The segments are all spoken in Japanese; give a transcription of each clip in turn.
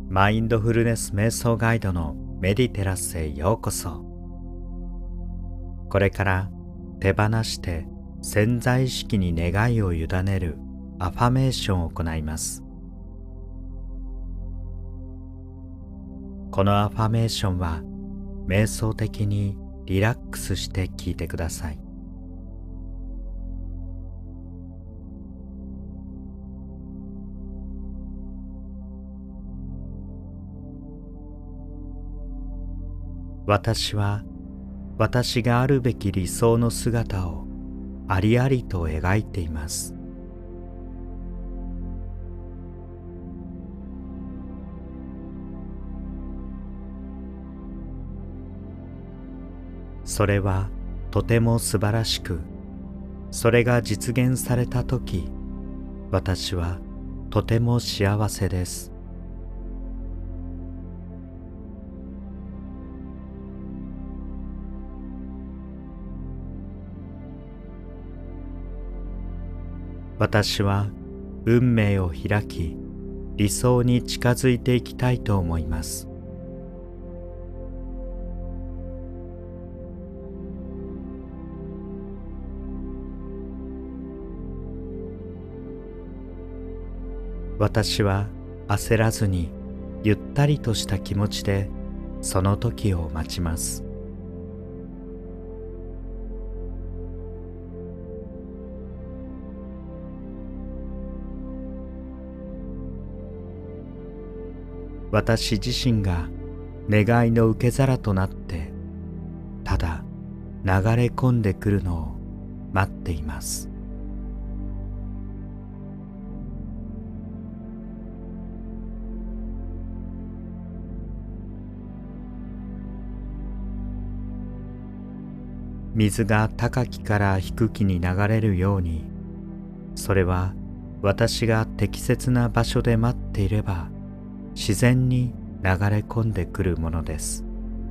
マインドフルネス瞑想ガイドのメディテラスへようこそ。これから手放して潜在意識に願いを委ねるアファメーションを行います。このアファメーションは瞑想的にリラックスして聞いてください。私は私があるべき理想の姿をありありと描いています。それはとても素晴らしく、それが実現されたとき、私はとても幸せです。私は運命を開き、理想に近づいていきたいと思います。私は焦らずにゆったりとした気持ちでその時を待ちます。私自身が願いの受け皿となってただ流れ込んでくるのを待っています。水が高きから低きに流れるように、それは私が適切な場所で待っていれば自然に流れ込んでくるものです。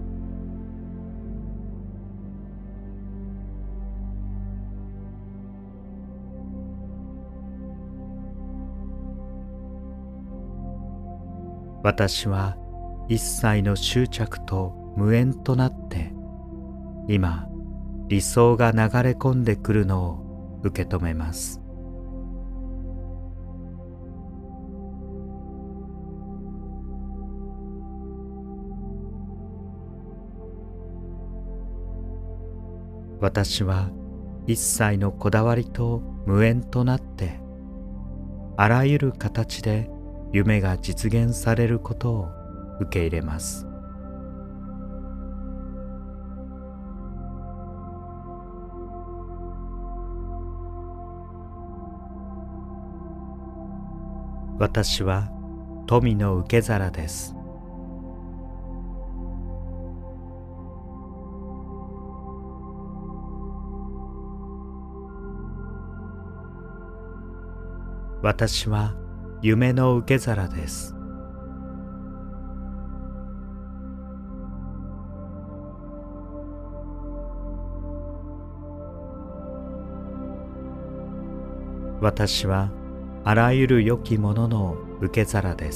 私は一切の執着と無縁となって今理想が流れ込んでくるのを受け止めます。私は一切のこだわりと無縁となってあらゆる形で夢が実現されることを受け入れます。私は富の受け皿です。私は夢の受け皿です。私はあらゆる良きものの受け皿です。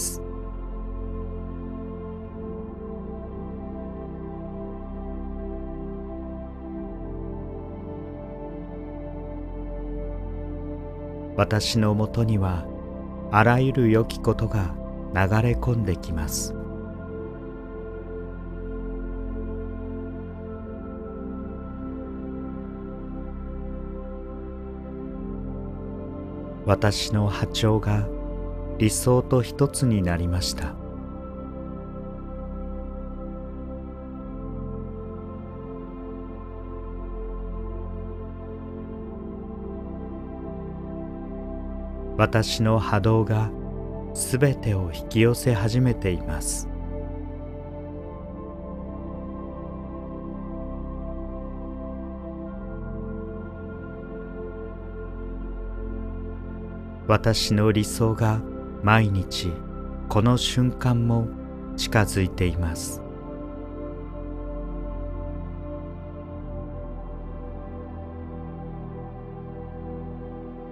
私のもとにはあらゆる良きことが流れ込んできます。私の波長が理想と一つになりました。私の波動がすべてを引き寄せ始めています。私の理想が毎日この瞬間も近づいています。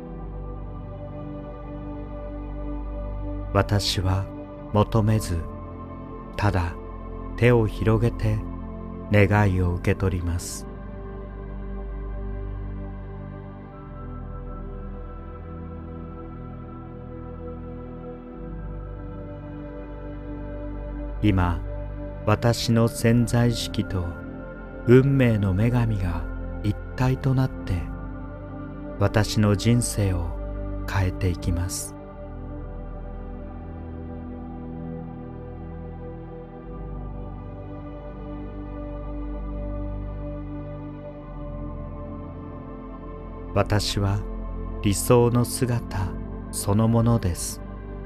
私は求めずただ手を広げて願いを受け取ります。今、私の潜在意識と運命の女神が一体となって私の人生を変えていきます。私は理想の姿そのものです。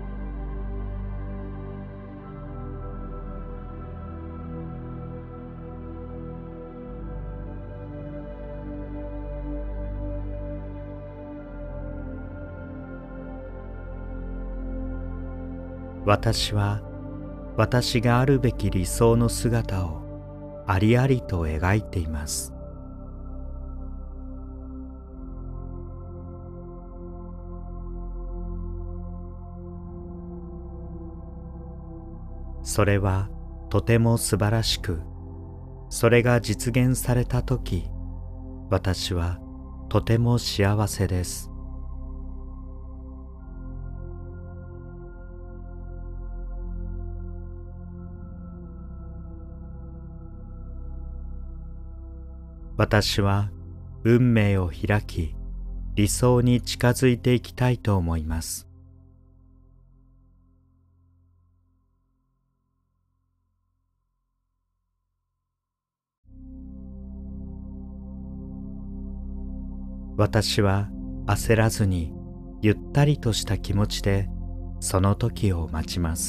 私は私があるべき理想の姿をありありと描いています。それはとても素晴らしく、それが実現されたとき、私はとても幸せです。私は運命を開き、理想に近づいていきたいと思います。私は焦らずにゆったりとした気持ちでその時を待ちます。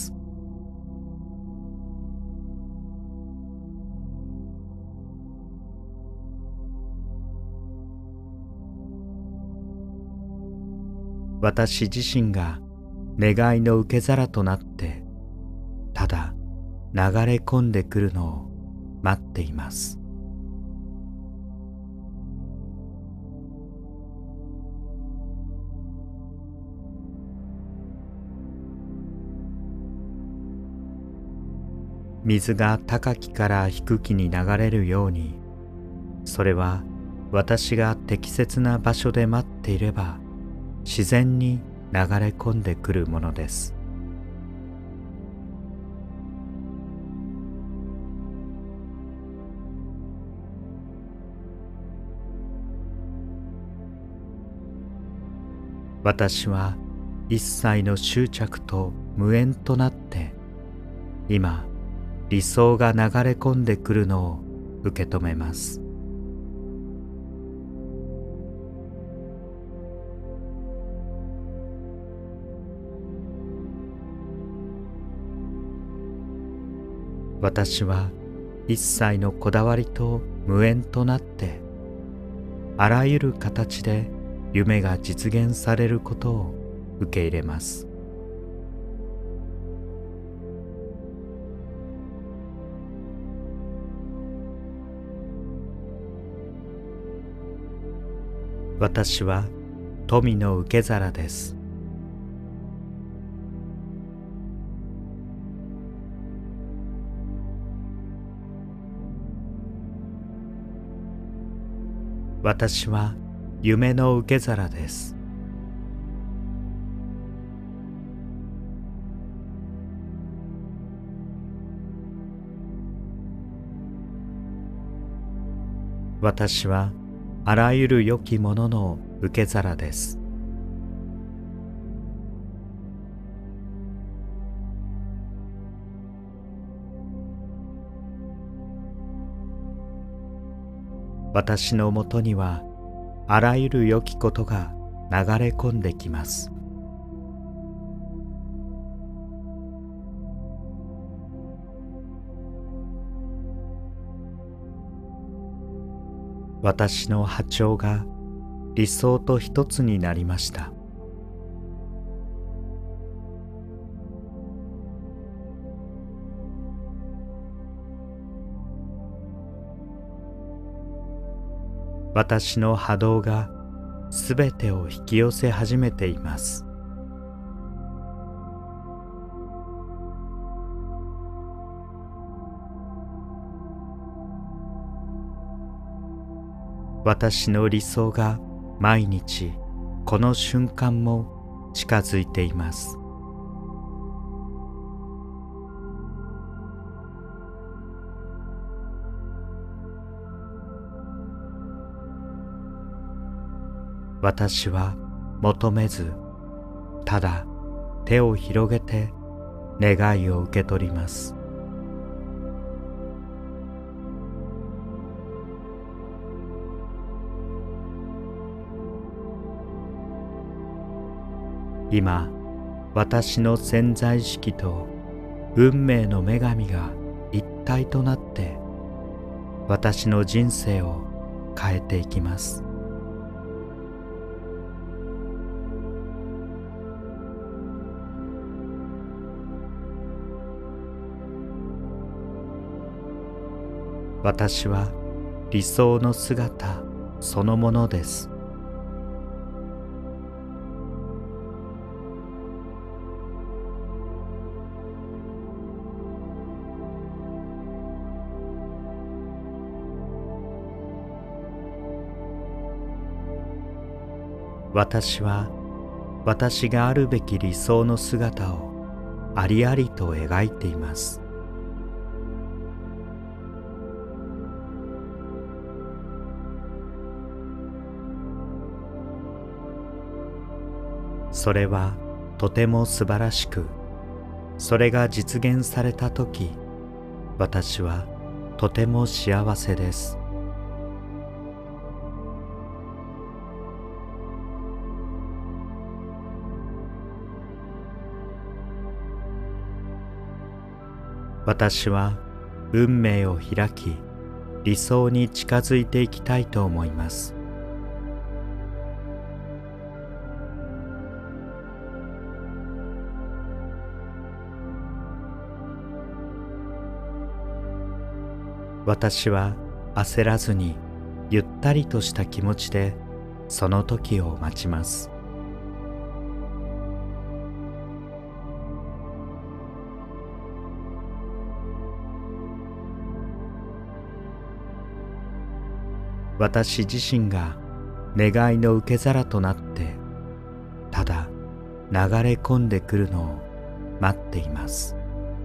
私自身が願いの受け皿となってただ流れ込んでくるのを待っています。水が高きから低きに流れるように、それは私が適切な場所で待っていれば自然に流れ込んでくるものです。私は一切の執着と無縁となって今理想が流れ込んでくるのを受け止めます。私は一切のこだわりと無縁となってあらゆる形で夢が実現されることを受け入れます。私は富の受け皿です。私は夢の受け皿です。私はあらゆる良きものの受け皿です。私のもとにはあらゆる良きことが流れ込んできます。私の波長が理想と一つになりました。私の波動がすべてを引き寄せ始めています。 私の理想が毎日この瞬間も近づいています。私は求めず、ただ手を広げて願いを受け取ります。今、私の潜在意識と運命の女神が一体となって私の人生を変えていきます。私は理想の姿そのものです。私は私があるべき理想の姿をありありと描いています。それはとても素晴らしく、それが実現されたとき、私はとても幸せです。私は運命を開き、理想に近づいていきたいと思います。私は焦らずにゆったりとした気持ちでその時を待ちます。私自身が願いの受け皿となってただ流れ込んでくるのを待っています。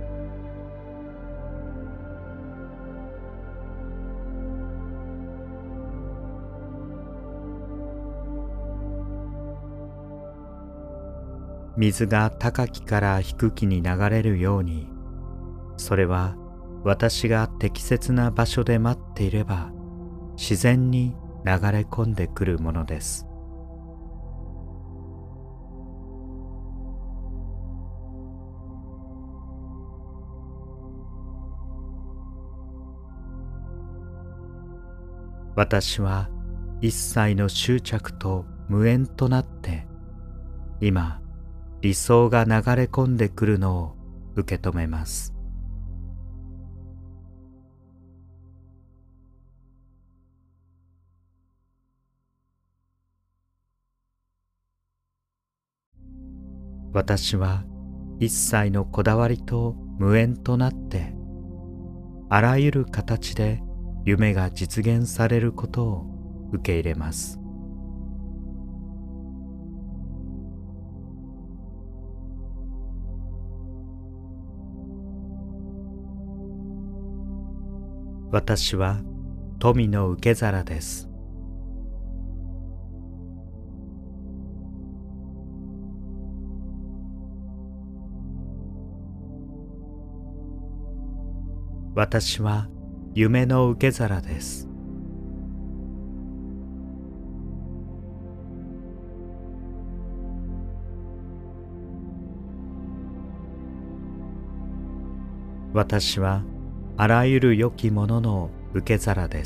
水が高きから低きに流れるように、それは私が適切な場所で待っていれば自然に流れ込んでくるものです。私は一切の執着と無縁となって今理想が流れ込んでくるのを受け止めます。私は一切のこだわりと無縁となってあらゆる形で夢が実現されることを受け入れます。私は富の受け皿です。私は夢の受け皿です。私はあらゆる良きものの受け皿です。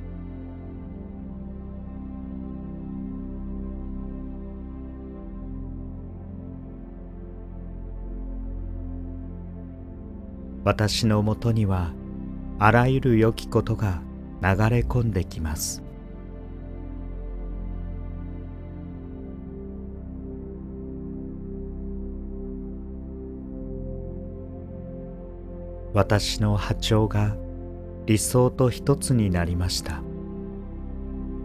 私のもとにはあらゆる良きことが流れ込んできます。私の波長が理想と一つになりました。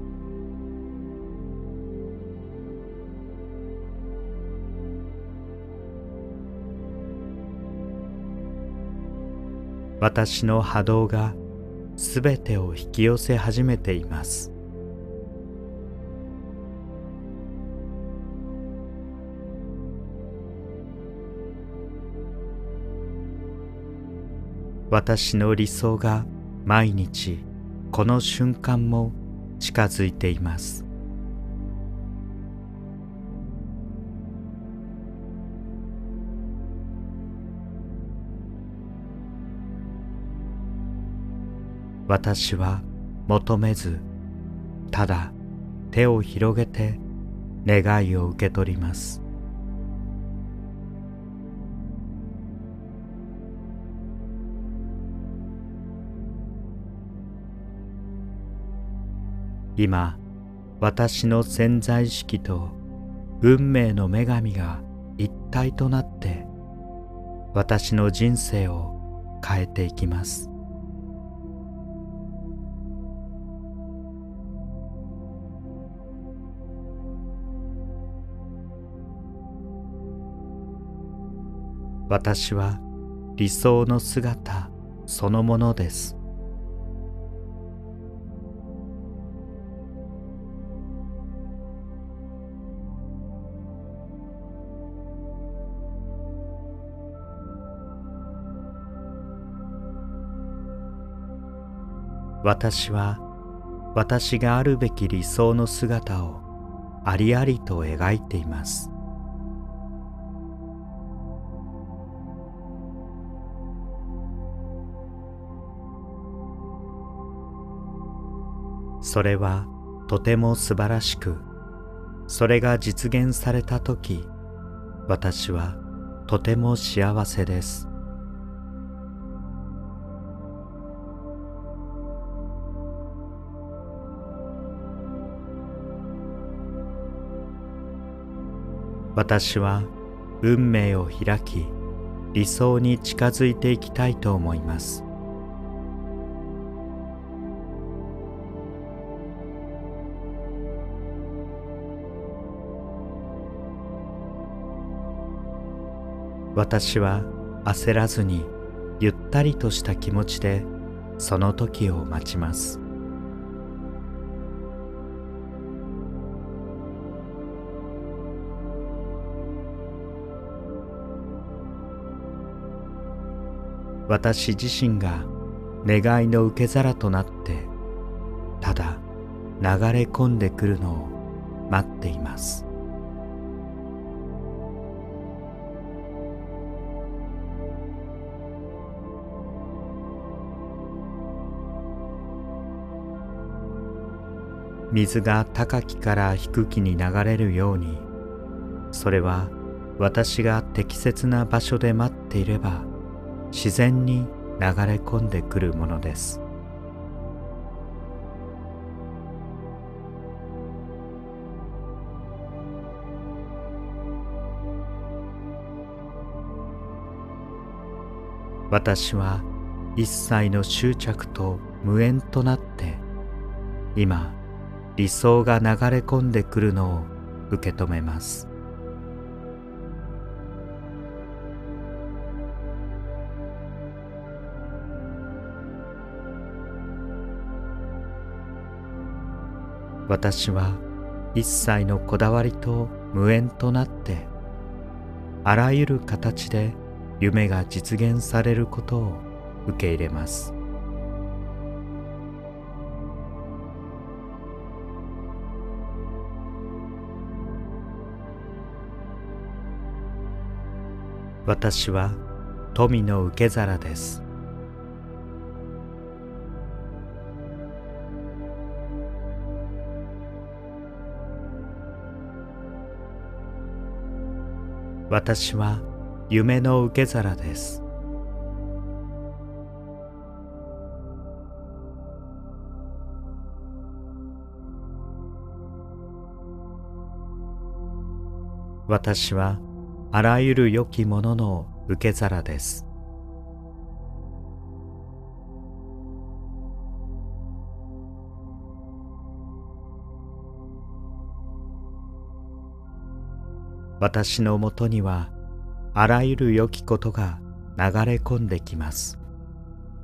私の波動がすべてを引き寄せ始めています。私の理想が毎日この瞬間も近づいています。私は求めず、ただ手を広げて願いを受け取ります。今、私の潜在意識と運命の女神が一体となって私の人生を変えていきます。私は理想の姿そのものです。私は私があるべき理想の姿をありありと描いています。それはとても素晴らしく、それが実現されたとき、私はとても幸せです。私は運命を開き、理想に近づいていきたいと思います。私は焦らずにゆったりとした気持ちでその時を待ちます。私自身が願いの受け皿となってただ流れ込んでくるのを待っています。水が高きから低きに流れるように、それは私が適切な場所で待っていれば自然に流れ込んでくるものです。私は一切の執着と無縁となって今理想が流れ込んでくるのを受け止めます。私は一切のこだわりと無縁となってあらゆる形で夢が実現されることを受け入れます。私は富の受け皿です。私は夢の受け皿です。私はあらゆる良きものの受け皿です。私のもとにはあらゆる良きことが流れ込んできます。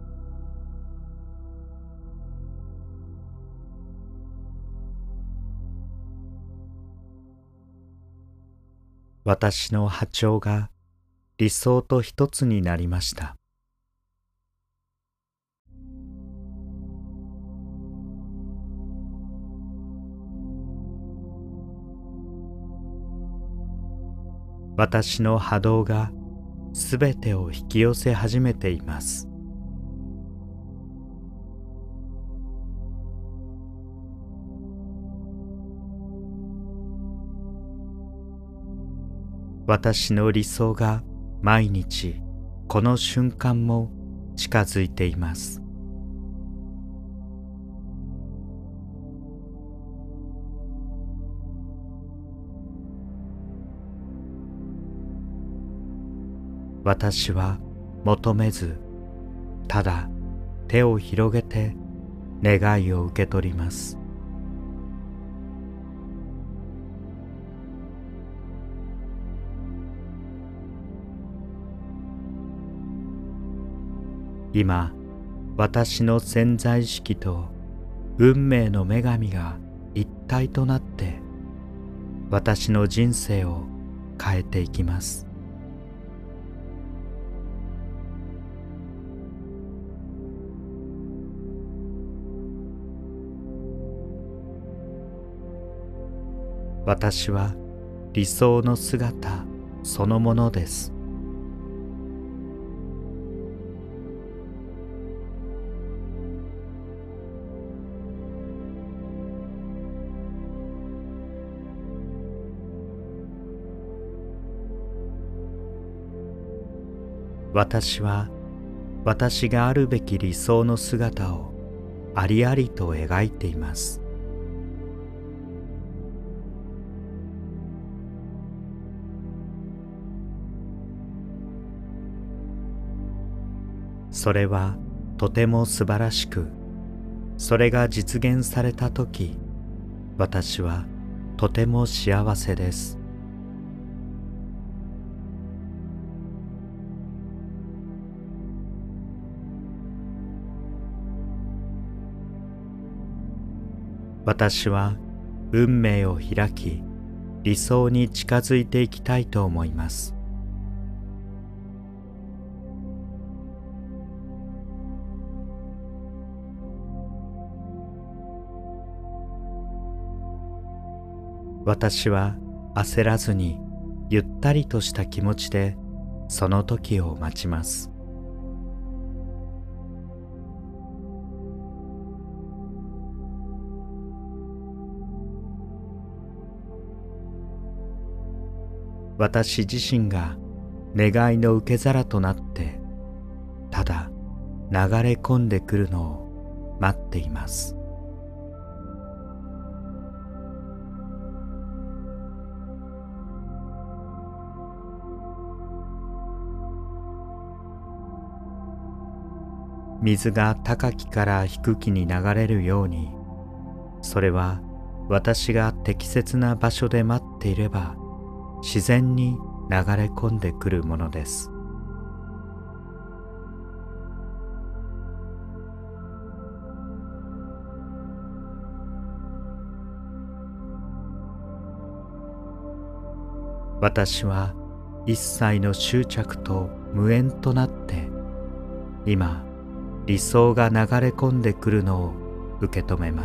私の波長が理想と一つになりました。私の波動がすべてを引き寄せ始めています。私の理想が毎日この瞬間も近づいています。私は求めず、ただ手を広げて願いを受け取ります。今、私の潜在意識と運命の女神が一体となって私の人生を変えていきます。私は理想の姿そのものです。私は私があるべき理想の姿をありありと描いています。それはとても素晴らしく、それが実現されたとき、私はとても幸せです。私は運命を開き、理想に近づいていきたいと思います。私は焦らずにゆったりとした気持ちでその時を待ちます。私自身が願いの受け皿となってただ流れ込んでくるのを待っています。水が高きから低きに流れるように、それは私が適切な場所で待っていれば自然に流れ込んでくるものです。私は一切の執着と無縁となって今理想が流れ込んでくるのを受け止めます。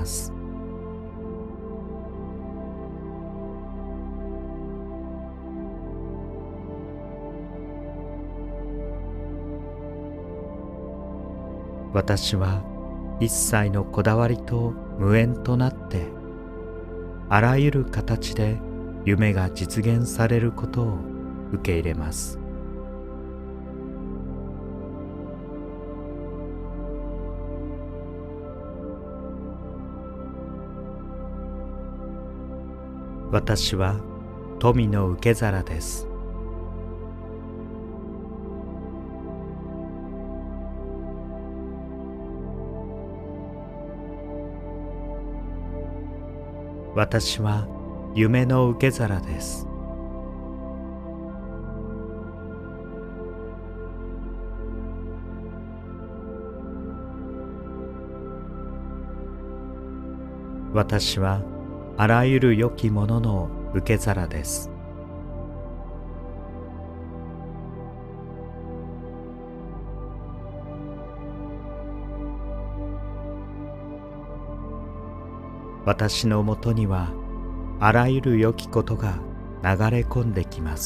私は一切のこだわりと無縁となってあらゆる形で夢が実現されることを受け入れます。私は富の受け皿です。私は夢の受け皿です。私はあらゆる良きものの受け皿です。 私のもとにはあらゆる良きことが流れ込んできます。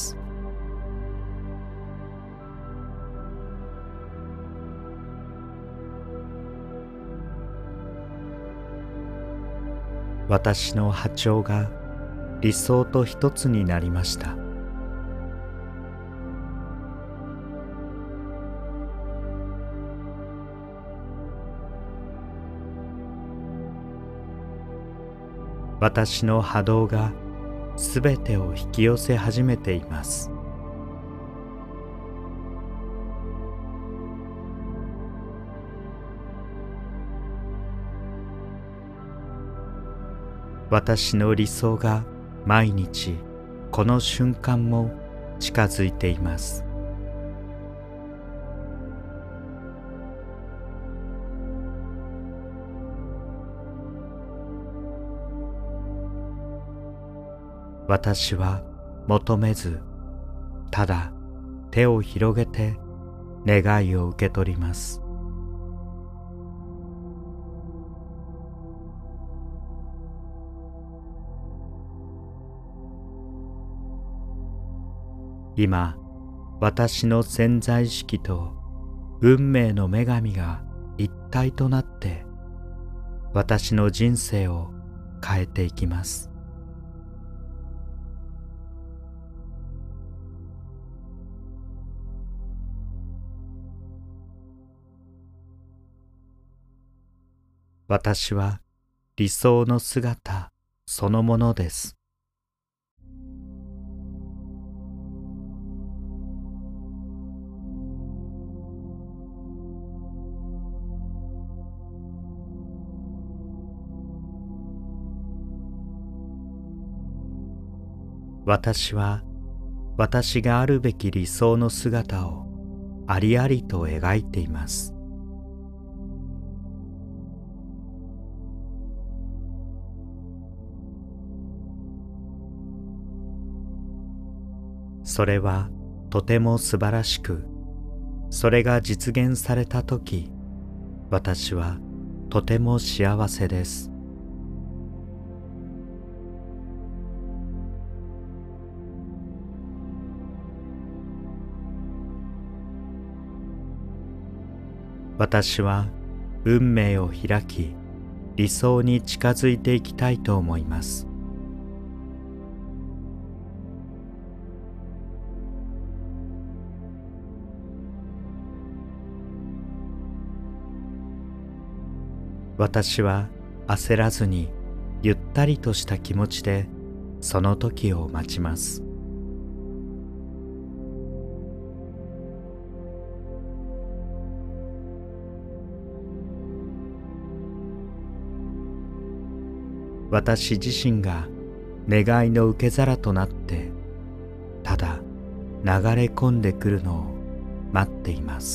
私の波長が理想と一つになりました。私の波動がすべてを引き寄せ始めています。私の理想が毎日この瞬間も近づいています。私は求めず、ただ手を広げて願いを受け取ります。今、私の潜在意識と運命の女神が一体となって私の人生を変えていきます。私は理想の姿そのものです。私は私があるべき理想の姿をありありと描いています。それはとても素晴らしく、それが実現されたとき、私はとても幸せです。私は運命を開き、理想に近づいていきたいと思います。私は焦らずにゆったりとした気持ちでその時を待ちます。私自身が願いの受け皿となってただ流れ込んでくるのを待っています。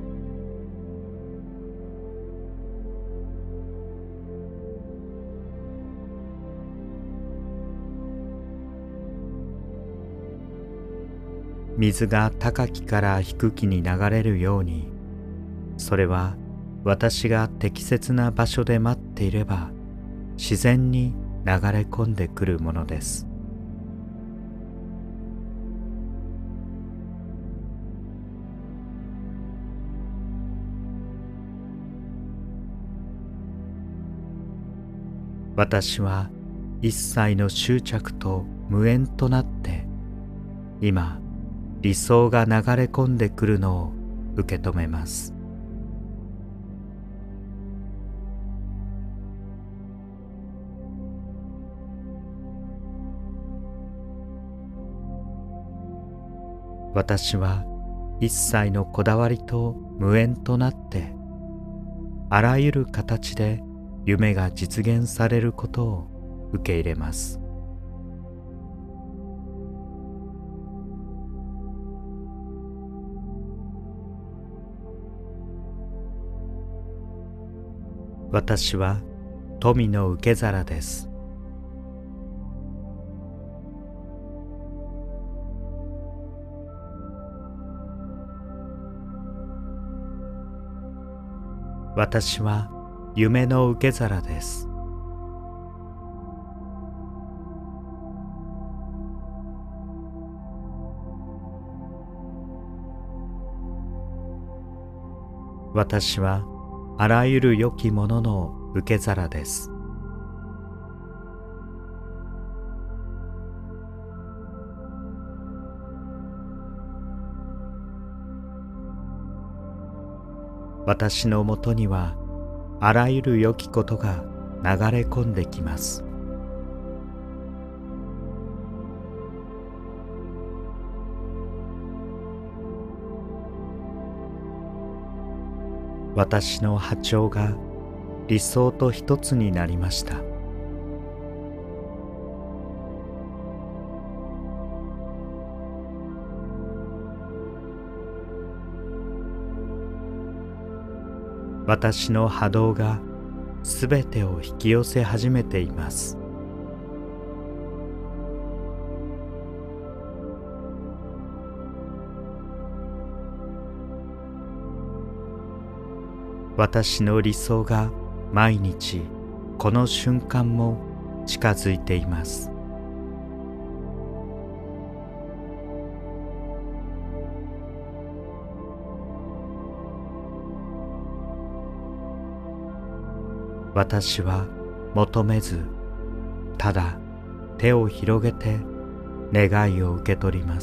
水が高きから低きに流れるように、それは私が適切な場所で待っていれば自然に流れ込んでくるものです。私は一切の執着と無縁となって今理想が流れ込んでくるのを受け止めます。私は一切のこだわりと無縁となってあらゆる形で夢が実現されることを受け入れます。私は富の受け皿です。私は夢の受け皿です。 私はあらゆる良きものの受け皿です。私のもとにはあらゆる良きことが流れ込んできます。私の波長が理想と一つになりました。私の波動がすべてを引き寄せ始めています。私の理想が毎日この瞬間も近づいています。私は求めず、ただ手を広げて願いを受け取ります。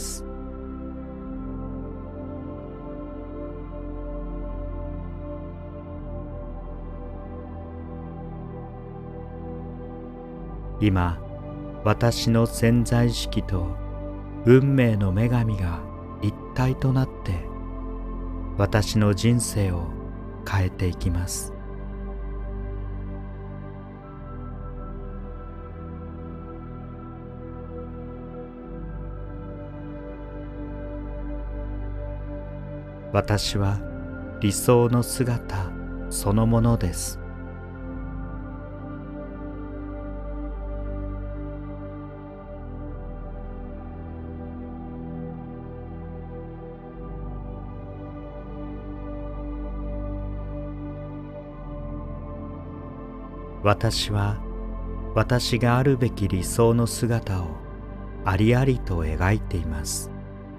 今、私の潜在意識と運命の女神が一体となって私の人生を変えていきます。私は理想の姿そのものです。私は私があるべき理想の姿をありありと描いています。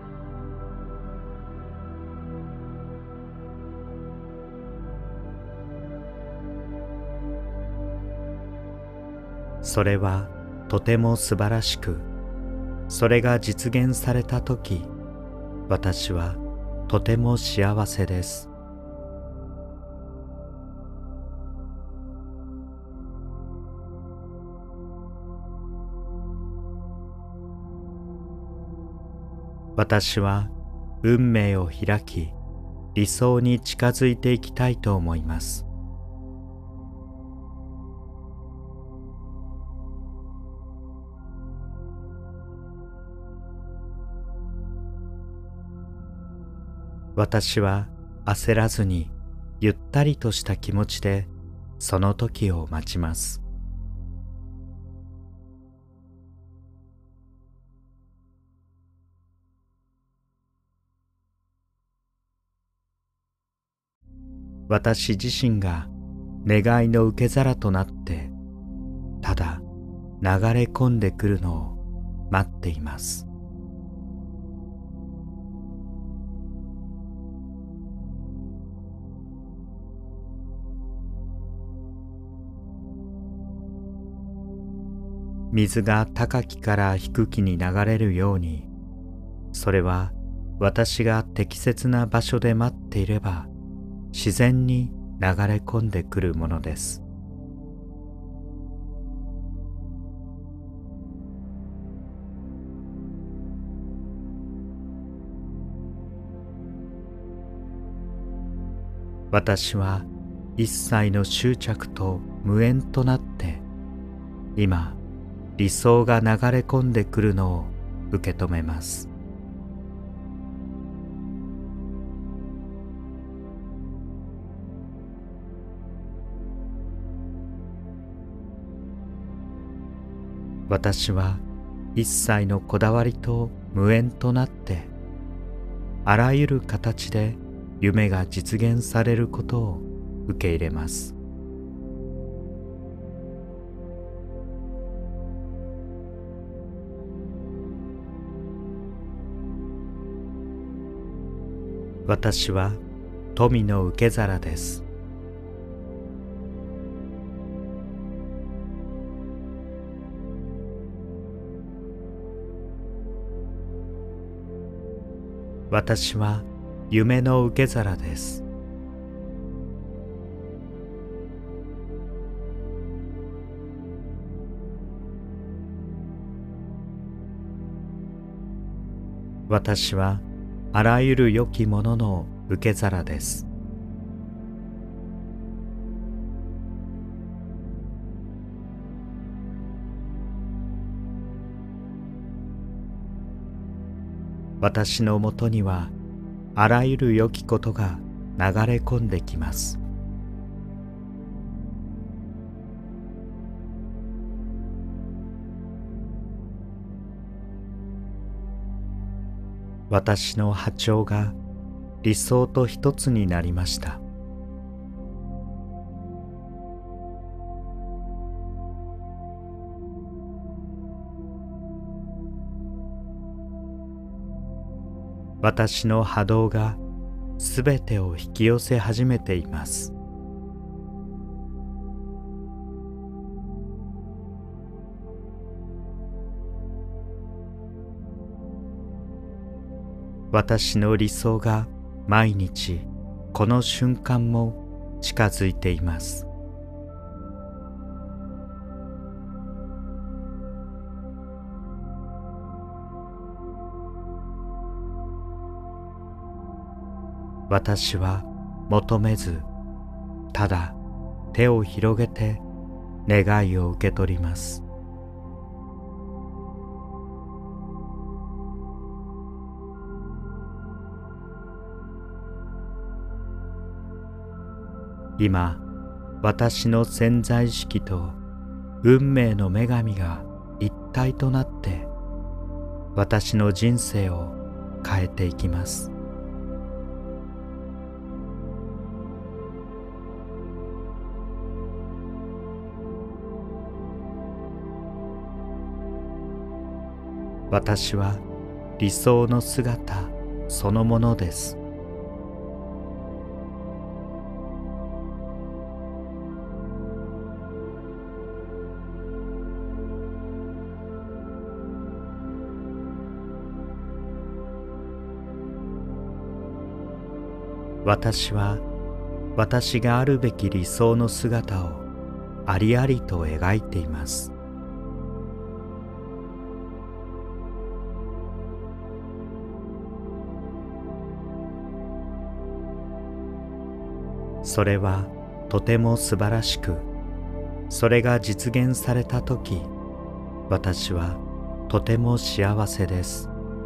それはとても素晴らしく、それが実現されたとき、私はとても幸せです。私は運命を開き、理想に近づいていきたいと思います。私は焦らずにゆったりとした気持ちでその時を待ちます。私自身が願いの受け皿となってただ流れ込んでくるのを待っています。水が高きから低きに流れるように、それは私が適切な場所で待っていれば自然に流れ込んでくるものです。私は一切の執着と無縁となって今理想が流れ込んでくるのを受け止めます。私は一切のこだわりと無縁となってあらゆる形で夢が実現されることを受け入れます。私は富の受け皿です。私は夢の受け皿です。私はあらゆる良きものの受け皿です。私のもとにはあらゆる良きことが流れ込んできます。私の波長が理想と一つになりました。私の波動がすべてを引き寄せ始めています。私の理想が毎日この瞬間も近づいています。私は求めず、ただ手を広げて願いを受け取ります。今、私の潜在意識と運命の女神が一体となって私の人生を変えていきます。私は理想の姿そのものです。私は私があるべき理想の姿をありありと描いています。それはとても素晴らしく、それが実現されたとき、私はとても幸せです。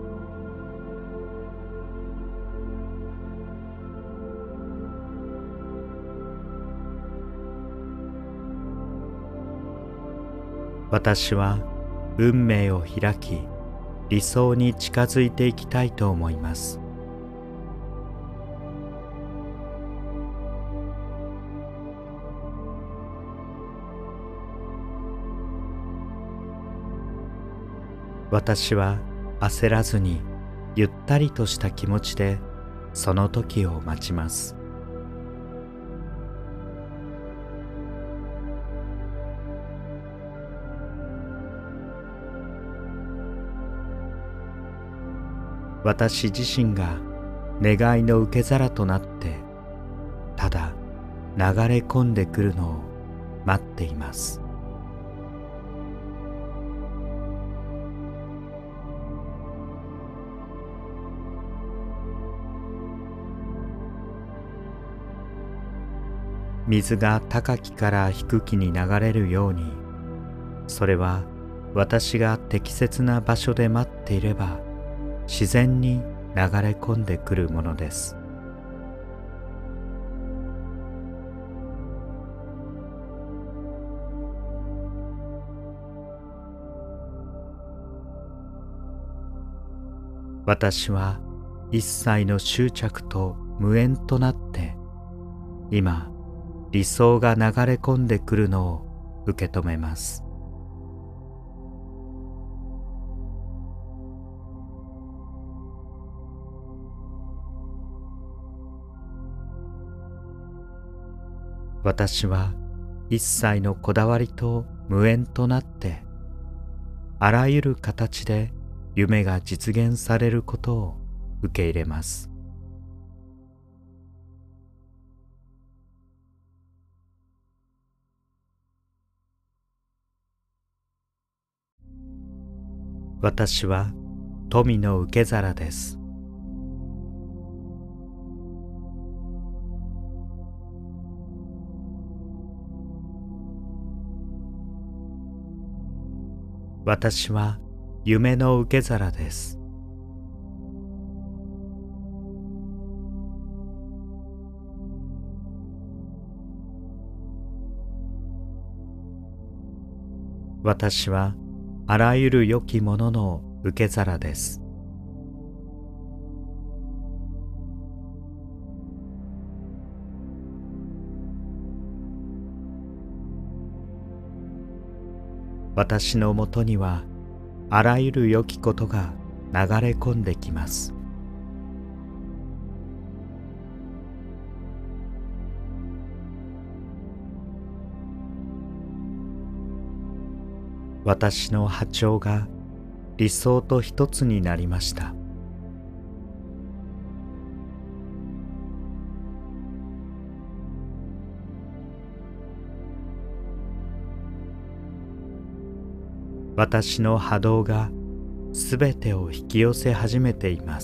私は運命を開き、理想に近づいていきたいと思います。私は焦らずにゆったりとした気持ちでその時を待ちます。私自身が願いの受け皿となってただ流れ込んでくるのを待っています。水が高きから低きに流れるように、それは私が適切な場所で待っていれば自然に流れ込んでくるものです。私は一切の執着と無縁となって今理想が流れ込んでくるのを受け止めます。 私は一切のこだわりと無縁となって、あらゆる形で夢が実現されることを受け入れます。私は富の受け皿です。私は夢の受け皿です。私はあらゆる良きものの受け皿です。私のもとにはあらゆる良きことが流れ込んできます。私の波長が理想と一つになりました。私の波動がすべてを引き寄せ始めています。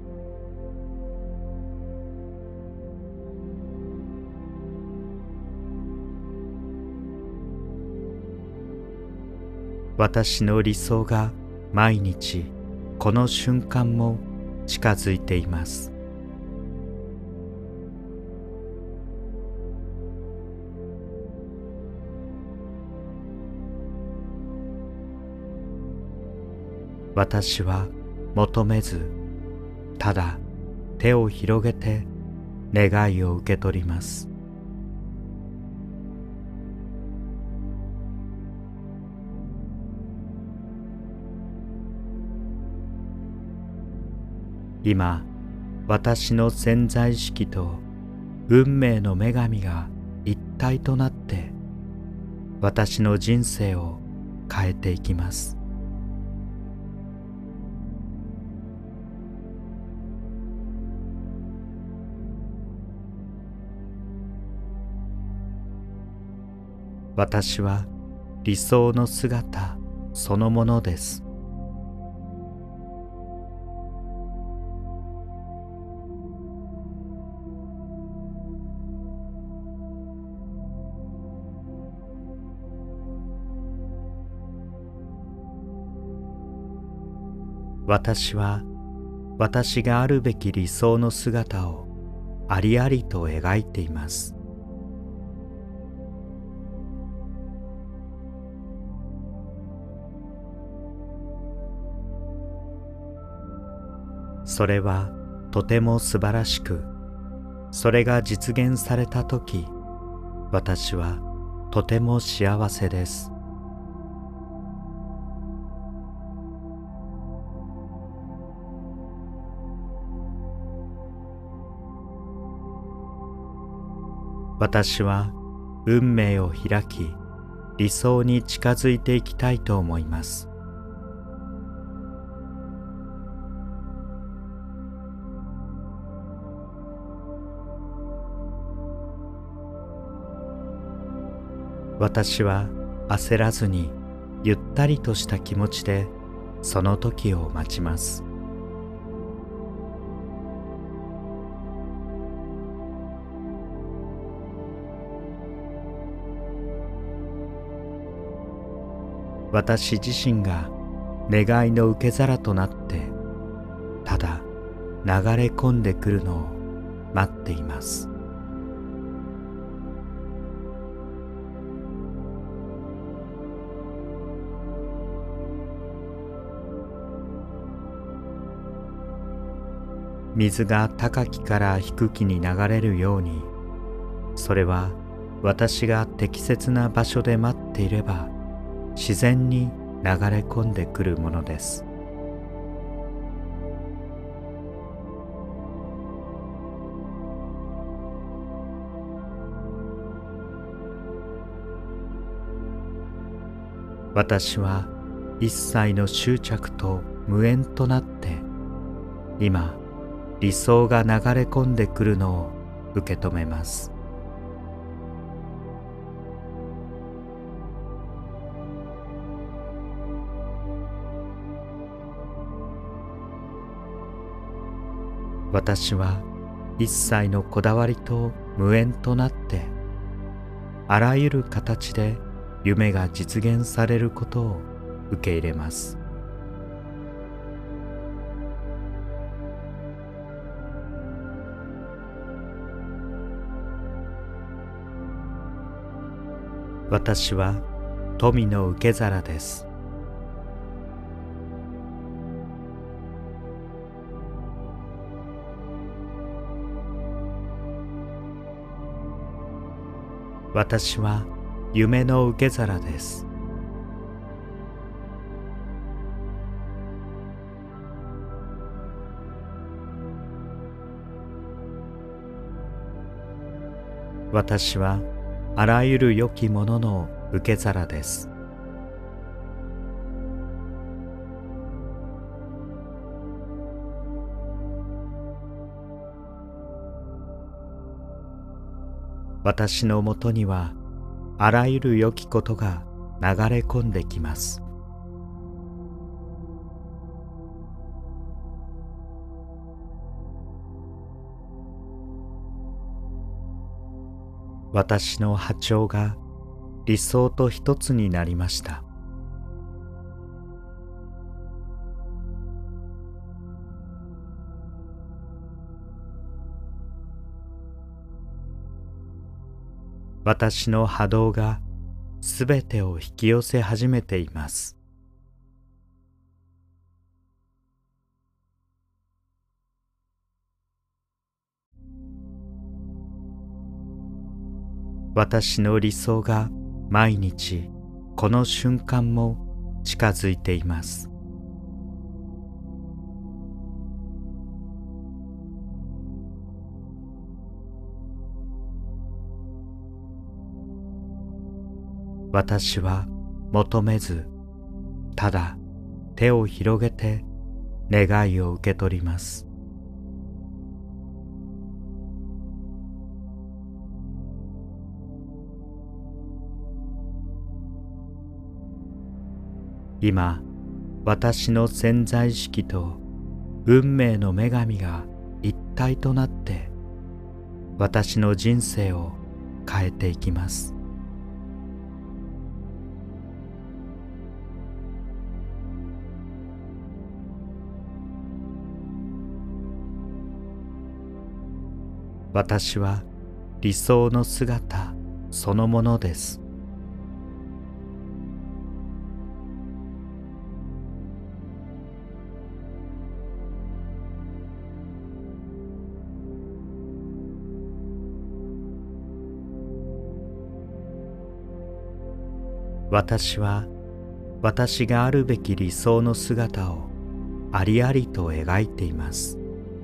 私の理想が毎日この瞬間も近づいています。私は求めず、ただ手を広げて願いを受け取ります。今、私の潜在意識と運命の女神が一体となって私の人生を変えていきます。私は理想の姿そのものです。私は私があるべき理想の姿をありありと描いています。それはとても素晴らしく、それが実現されたとき、私はとても幸せです。私は運命を開き、理想に近づいていきたいと思います。私は焦らずにゆったりとした気持ちでその時を待ちます。私自身が願いの受け皿となって、ただ流れ込んでくるのを待っています。水が高きから低きに流れるように、それは私が適切な場所で待っていれば自然に流れ込んでくるものです。 私は一切の執着と無縁となって、今理想が流れ込んでくるのを受け止めます。私は一切のこだわりと無縁となって、あらゆる形で夢が実現されることを受け入れます。私は富の受け皿です。私は夢の受け皿です。私はあらゆる良きものの受け皿です。私のもとにはあらゆる良きことが流れ込んできます。私の波長が理想と一つになりました。私の波動がすべてを引き寄せ始めています。私の理想が毎日この瞬間も近づいています。私は求めず、ただ手を広げて願いを受け取ります。今、私の潜在意識と運命の女神が一体となって私の人生を変えていきます。私は理想の姿そのものです。私は私があるべき理想の姿をありありと描いています。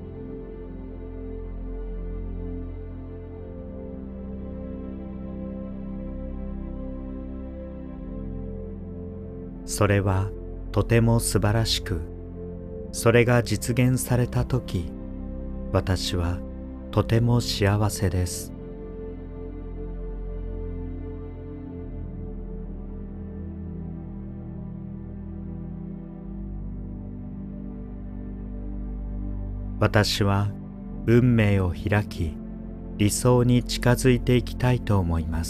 それはとても素晴らしく、それが実現されたとき、私はとても幸せです。私は運命を開き、理想に近づいていきたいと思います。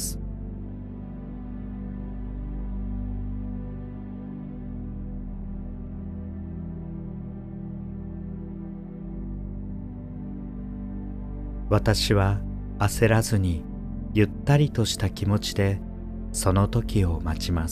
私は焦らずにゆったりとした気持ちでその時を待ちます。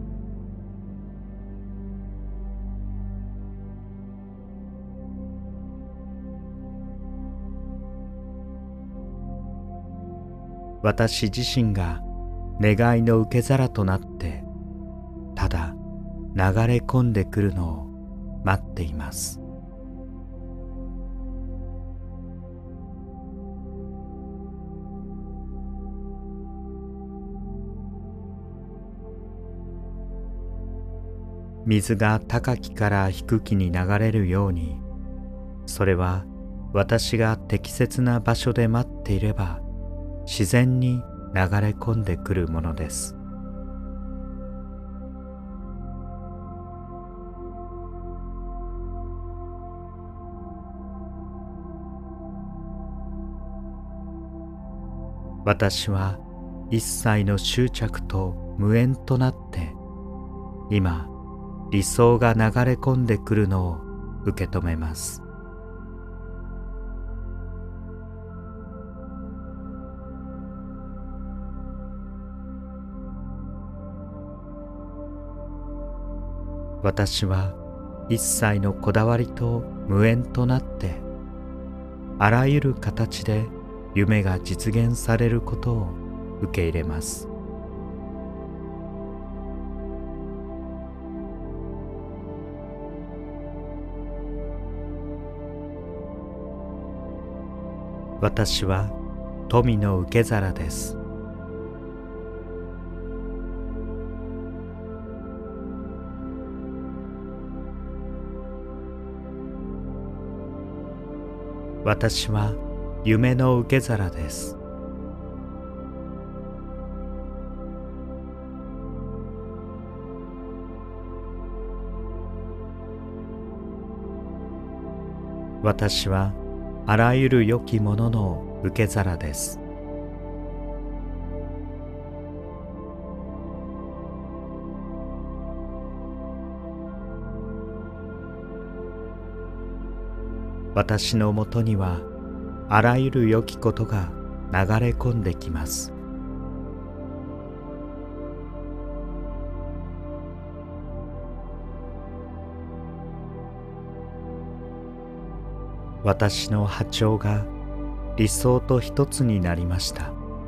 私自身が願いの受け皿となって、ただ流れ込んでくるのを待っています。 水が高きから低きに流れるように、それは私が適切な場所で待っていれば自然に流れ込んでくるものです。私は一切の執着と無縁となって、今理想が流れ込んでくるのを受け止めます。私は一切のこだわりと無縁となって、あらゆる形で夢が実現されることを受け入れます。私は富の受け皿です。私は夢の受け皿です。私はあらゆる良きものの受け皿です。私のもとにはあらゆる良きことが流れ込んできます。私の波長が理想と一つになりました。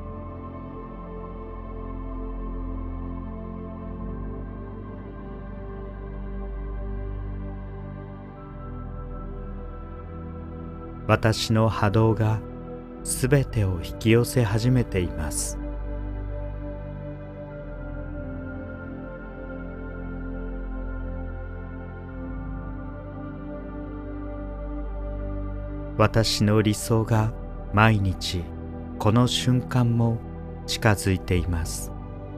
私の波動がすべてを引き寄せ始めています。私の理想が毎日この瞬間も近づいています。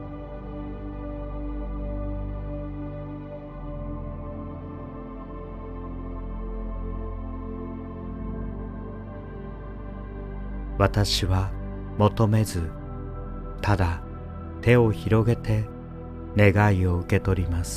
私は求めず、ただ手を広げて願いを受け取ります。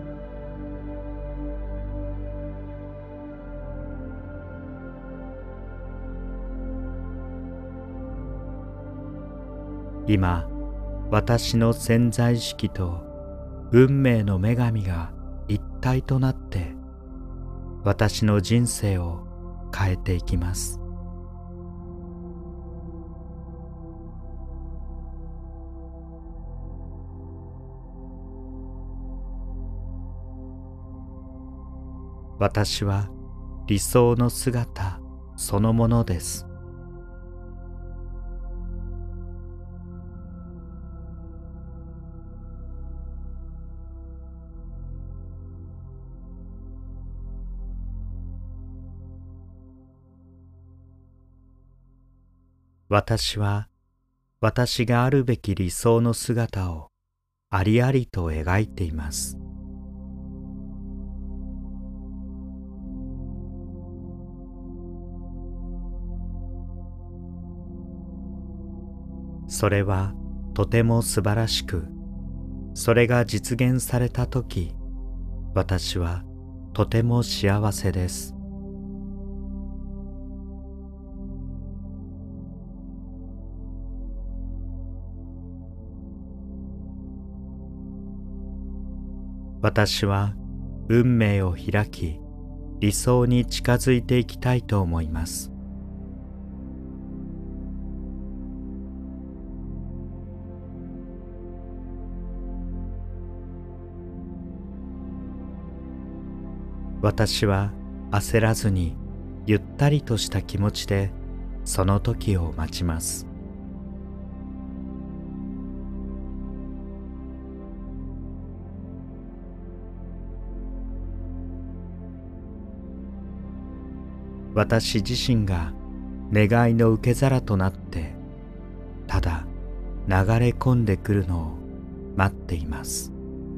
今、私の潜在意識と運命の女神が一体となって私の人生を変えていきます。私は理想の姿そのものです。私は私があるべき理想の姿をありありと描いています。それはとても素晴らしく、それが実現されたとき、私はとても幸せです。私は運命を開き、理想に近づいていきたいと思います。私は焦らずにゆったりとした気持ちでその時を待ちます。 私自身が願いの受け皿となって、ただ流れ込んでくるのを待っています。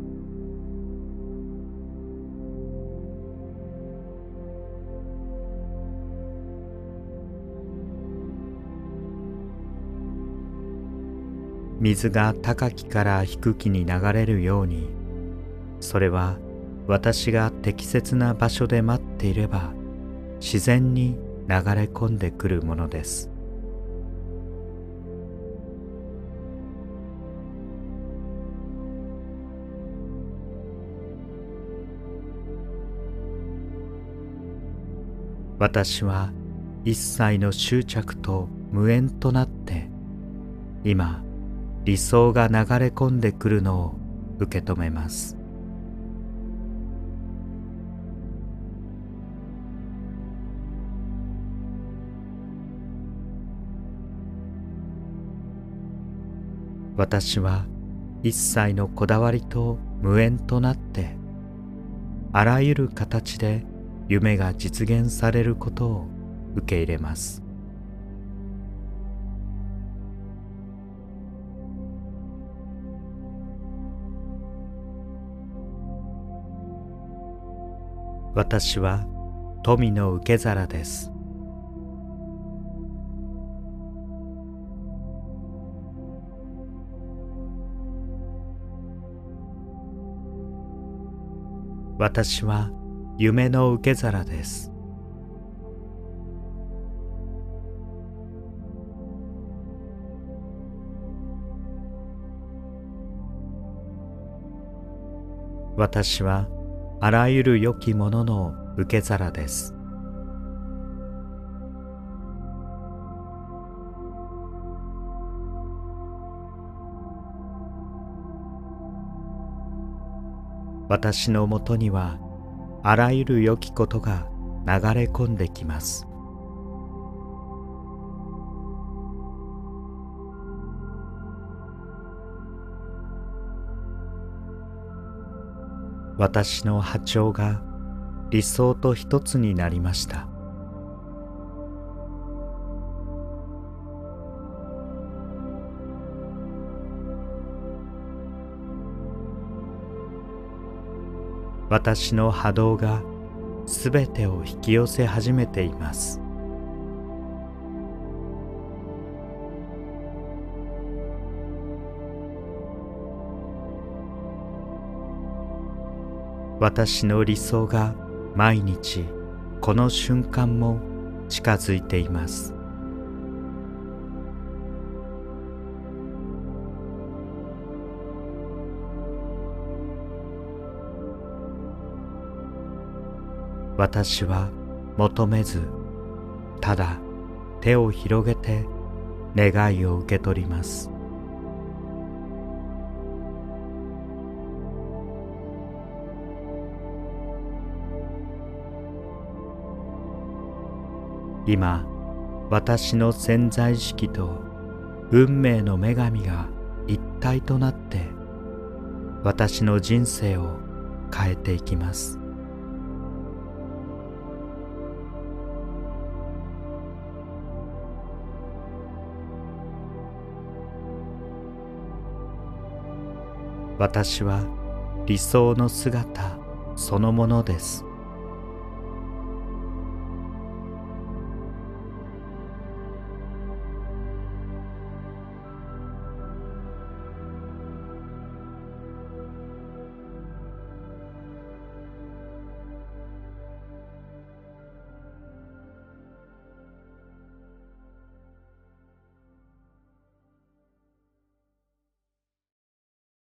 水が高きから低きに流れるように、それは私が適切な場所で待っていれば自然に流れ込んでくるものです。私は一切の執着と無縁となって、今理想が流れ込んでくるのを受け止めます。私は一切のこだわりと無縁となって、あらゆる形で夢が実現されることを受け入れます。私は富の受け皿です。私は夢の受け皿です。私はあらゆる良きものの受け皿です。私のもとにはあらゆる良きことが流れ込んできます。私の波長が理想と一つになりました。私の波動がすべてを引き寄せ始めています。私の理想が毎日この瞬間も近づいています。私は求めず、ただ手を広げて願いを受け取ります。今、私の潜在意識と運命の女神が一体となって、私の人生を変えていきます。私は理想の姿そのものです。